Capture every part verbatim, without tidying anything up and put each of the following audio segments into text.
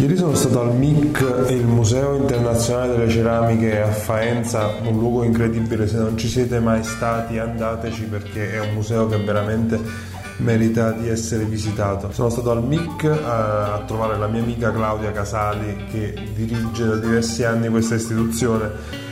Ieri sono stato al M I C, il Museo Internazionale delle Ceramiche a Faenza, un luogo incredibile. Se non ci siete mai stati andateci, perché è un museo che veramente merita di essere visitato. Sono stato al M I C a, a trovare la mia amica Claudia Casali, che dirige da diversi anni questa istituzione,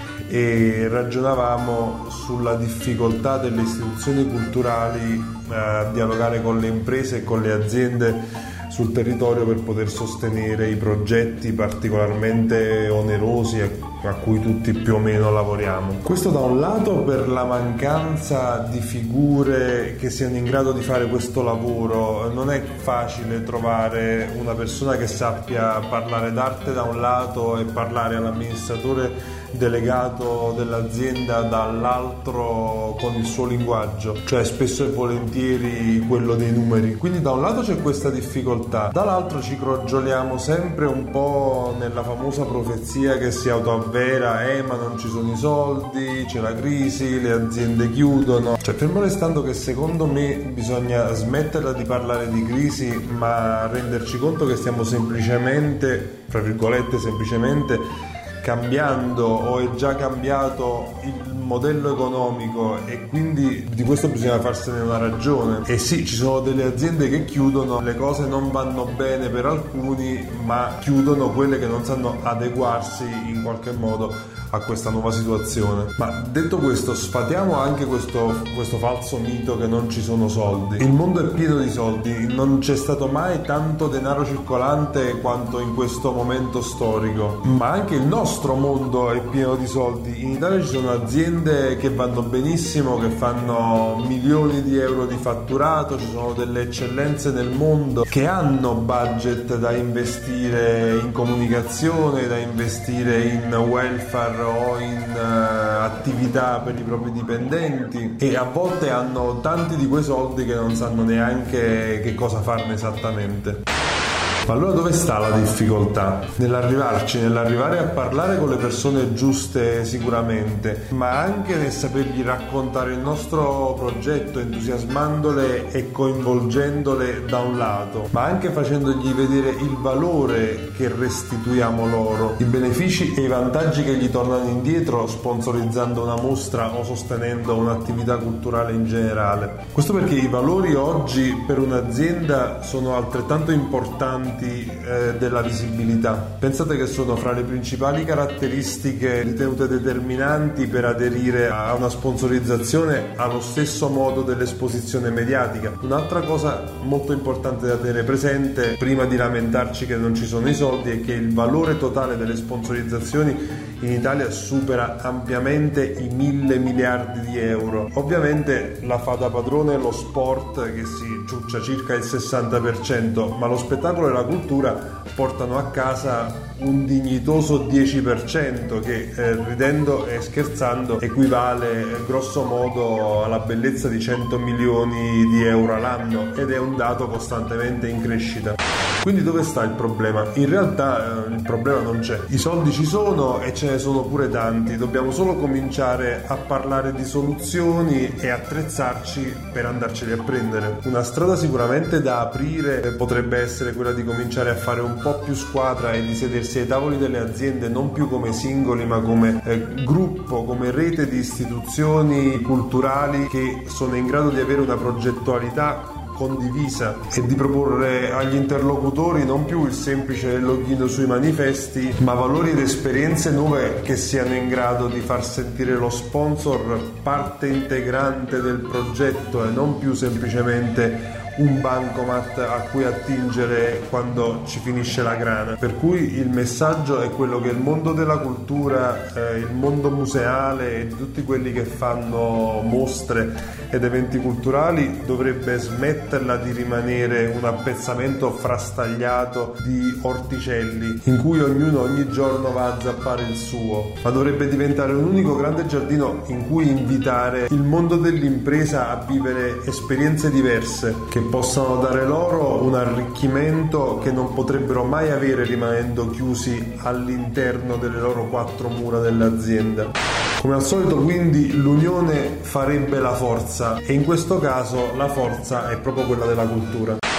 e ragionavamo sulla difficoltà delle istituzioni culturali a dialogare con le imprese e con le aziende sul territorio per poter sostenere i progetti particolarmente onerosi a cui tutti più o meno lavoriamo. Questo da un lato per la mancanza di figure che siano in grado di fare questo lavoro. Non è facile trovare una persona che sappia parlare d'arte da un lato e parlare all'amministratore delegato dell'azienda dall'altro con il suo linguaggio, cioè spesso e volentieri quello dei numeri. Quindi da un lato c'è questa difficoltà, dall'altro ci crogioliamo sempre un po' nella famosa profezia che si autoavvera: eh ma non ci sono i soldi, c'è la crisi, le aziende chiudono. Cioè, fermo restando che secondo me bisogna smetterla di parlare di crisi, ma renderci conto che stiamo semplicemente, fra virgolette semplicemente, cambiando, o è già cambiato il modello economico, e quindi di questo bisogna farsene una ragione. E sì, ci sono delle aziende che chiudono, le cose non vanno bene per alcuni, ma chiudono quelle che non sanno adeguarsi in qualche modo a questa nuova situazione. Ma detto questo, sfatiamo anche questo, questo falso mito che non ci sono soldi. Il mondo è pieno di soldi, non c'è stato mai tanto denaro circolante quanto in questo momento storico, ma anche il nostro mondo è pieno di soldi. In Italia ci sono aziende che vanno benissimo, che fanno milioni di euro di fatturato, ci sono delle eccellenze nel mondo che hanno budget da investire in comunicazione, da investire in welfare o in uh, attività per i propri dipendenti, e a volte hanno tanti di quei soldi che non sanno neanche che cosa farne esattamente. Ma allora dove sta la difficoltà? Nell'arrivarci, nell'arrivare a parlare con le persone giuste sicuramente, ma anche nel sapergli raccontare il nostro progetto, entusiasmandole e coinvolgendole da un lato, ma anche facendogli vedere il valore che restituiamo loro, i benefici e i vantaggi che gli tornano indietro sponsorizzando una mostra o sostenendo un'attività culturale in generale. Questo perché i valori oggi per un'azienda sono altrettanto importanti eh, della visibilità. Pensate che sono fra le principali caratteristiche ritenute determinanti per aderire a una sponsorizzazione, allo stesso modo dell'esposizione mediatica. Un'altra cosa molto importante da tenere presente prima di lamentarci che non ci sono i soldi è che il valore totale delle sponsorizzazioni in Italia supera ampiamente i mille miliardi di euro. Ovviamente la fa da padrone lo sport, che si ciuccia circa il sessanta per cento, ma lo spettacolo e la cultura portano a casa un dignitoso dieci per cento che eh, ridendo e scherzando equivale eh, grosso modo alla bellezza di cento milioni di euro all'anno, ed è un dato costantemente in crescita. Quindi dove sta il problema? In realtà eh, il problema non c'è. I soldi ci sono e ce ne sono pure tanti, dobbiamo solo cominciare a parlare di soluzioni e attrezzarci per andarceli a prendere. Una strada sicuramente da aprire eh, potrebbe essere quella di cominciare a fare un po' più squadra e di sedersi ai tavoli delle aziende non più come singoli, ma come eh, gruppo, come rete di istituzioni culturali che sono in grado di avere una progettualità condivisa, e di proporre agli interlocutori non più il semplice login sui manifesti, ma valori ed esperienze nuove che siano in grado di far sentire lo sponsor parte integrante del progetto e non più semplicemente un bancomat a cui attingere quando ci finisce la grana. Per cui il messaggio è quello che il mondo della cultura, eh, il mondo museale e di tutti quelli che fanno mostre ed eventi culturali dovrebbe smetterla di rimanere un appezzamento frastagliato di orticelli in cui ognuno ogni giorno va a zappare il suo, ma dovrebbe diventare un unico grande giardino in cui invitare il mondo dell'impresa a vivere esperienze diverse che possano dare loro un arricchimento che non potrebbero mai avere rimanendo chiusi all'interno delle loro quattro mura dell'azienda. Come al solito, quindi, l'unione farebbe la forza, e in questo caso la forza è proprio quella della cultura.